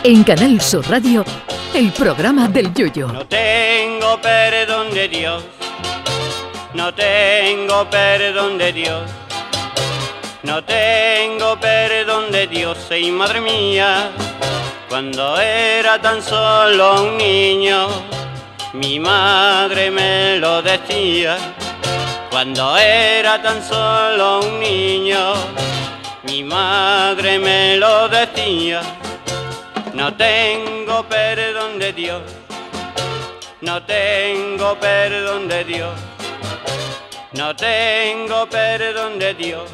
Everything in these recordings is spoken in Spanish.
En Canal Sur Radio, el programa del Yoyo. No tengo perdón de Dios, no tengo perdón de Dios, no tengo perdón de Dios, y madre mía, cuando era tan solo un niño, mi madre me lo decía. Cuando era tan solo un niño, mi madre me lo decía. No tengo perdón de Dios, no tengo perdón de Dios, no tengo perdón de Dios.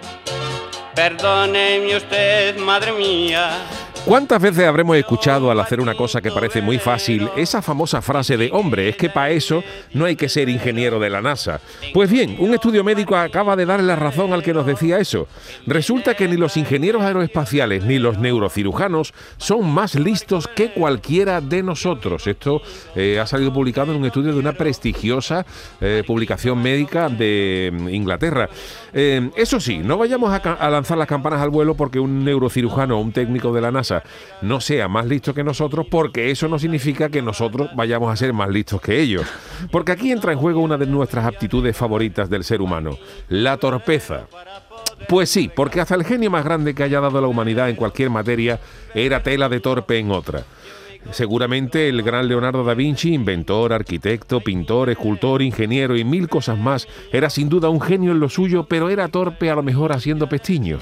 Perdóneme usted, madre mía. ¿Cuántas veces habremos escuchado al hacer una cosa que parece muy fácil esa famosa frase de hombre, es que para eso no hay que ser ingeniero de la NASA? Pues bien, un estudio médico acaba de darle la razón al que nos decía eso. Resulta que ni los ingenieros aeroespaciales ni los neurocirujanos son más listos que cualquiera de nosotros. Esto ha salido publicado en un estudio de una prestigiosa publicación médica de Inglaterra. Eso sí, no vayamos a lanzar las campanas al vuelo porque un neurocirujano o un técnico de la NASA no sea más listo que nosotros, porque eso no significa que nosotros vayamos a ser más listos que ellos. Porque aquí entra en juego una de nuestras aptitudes favoritas del ser humano, la torpeza. Pues sí, porque hasta el genio más grande que haya dado la humanidad en cualquier materia era tela de torpe en otra. Seguramente el gran Leonardo da Vinci, inventor, arquitecto, pintor, escultor, ingeniero y mil cosas más, era sin duda un genio en lo suyo, pero era torpe a lo mejor haciendo pestiños.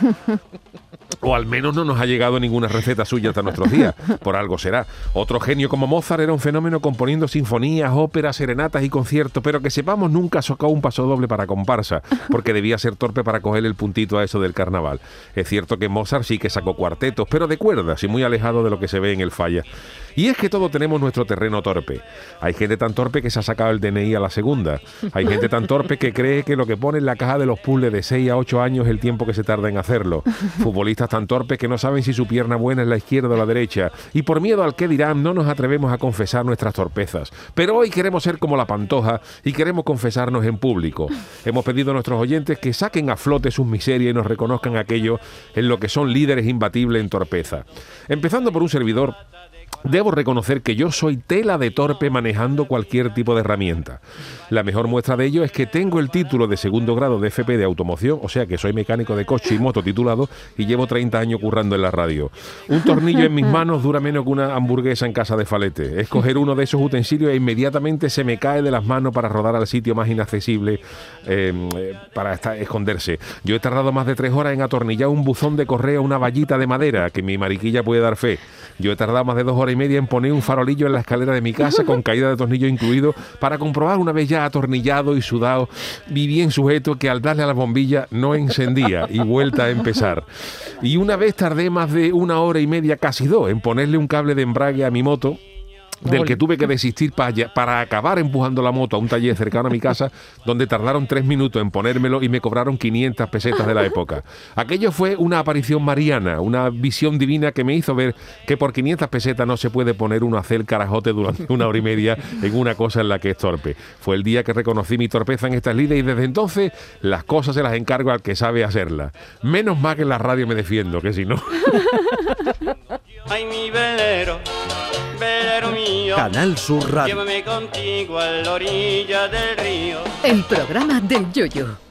O al menos no nos ha llegado ninguna receta suya hasta nuestros días, por algo será. Otro genio como Mozart era un fenómeno componiendo sinfonías, óperas, serenatas y conciertos, pero que sepamos nunca sacó un pasodoble para comparsa, porque debía ser torpe para coger el puntito a eso del carnaval. Es cierto que Mozart sí que sacó cuartetos, pero de cuerdas y muy alejado de lo que se ve en el Falla. Y es que todos tenemos nuestro terreno torpe. Hay gente tan torpe que se ha sacado el DNI a la segunda. Hay gente tan torpe que cree que lo que pone en la caja de los puzzles de 6 a 8 años es el tiempo que se tarda en hacerlo. Futbolistas tan torpes que no saben si su pierna buena es la izquierda o la derecha. Y por miedo al que dirán, no nos atrevemos a confesar nuestras torpezas. Pero hoy queremos ser como la Pantoja y queremos confesarnos en público. Hemos pedido a nuestros oyentes que saquen a flote sus miserias y nos reconozcan aquello en lo que son líderes imbatibles en torpeza. Empezando por un servidor. Debo reconocer que yo soy tela de torpe manejando cualquier tipo de herramienta. La mejor muestra de ello es que tengo el título de segundo grado de FP de automoción, o sea que soy mecánico de coche y moto titulado y llevo 30 años currando en la radio. Un tornillo en mis manos dura menos que una hamburguesa en casa de Falete. Es coger uno de esos utensilios e inmediatamente se me cae de las manos para rodar al sitio más inaccesible para esconderse. Yo he tardado más de 3 horas en atornillar un buzón de correo a una vallita de madera, que mi mariquilla puede dar fe. Yo he tardado más de 2 horas y media en poner un farolillo en la escalera de mi casa con caída de tornillo incluido para comprobar una vez ya atornillado y sudado y bien sujeto que al darle a la bombilla no encendía y vuelta a empezar. Y una vez tardé más de 1 hora y media, casi 2, en ponerle un cable de embrague a mi moto, del que tuve que desistir para acabar empujando la moto a un taller cercano a mi casa, donde tardaron 3 minutos en ponérmelo y me cobraron 500 pesetas de la época. Aquello fue una aparición mariana, una visión divina que me hizo ver que por 500 pesetas no se puede poner uno a hacer el carajote durante 1 hora y media en una cosa en la que es torpe. Fue el día que reconocí mi torpeza en estas lides y desde entonces las cosas se las encargo al que sabe hacerlas. Menos mal que en la radio me defiendo, que si no... Ay, mi velero, velero mío. Canal Sur Radio. Llévame contigo a la orilla del río. El programa del Yoyo.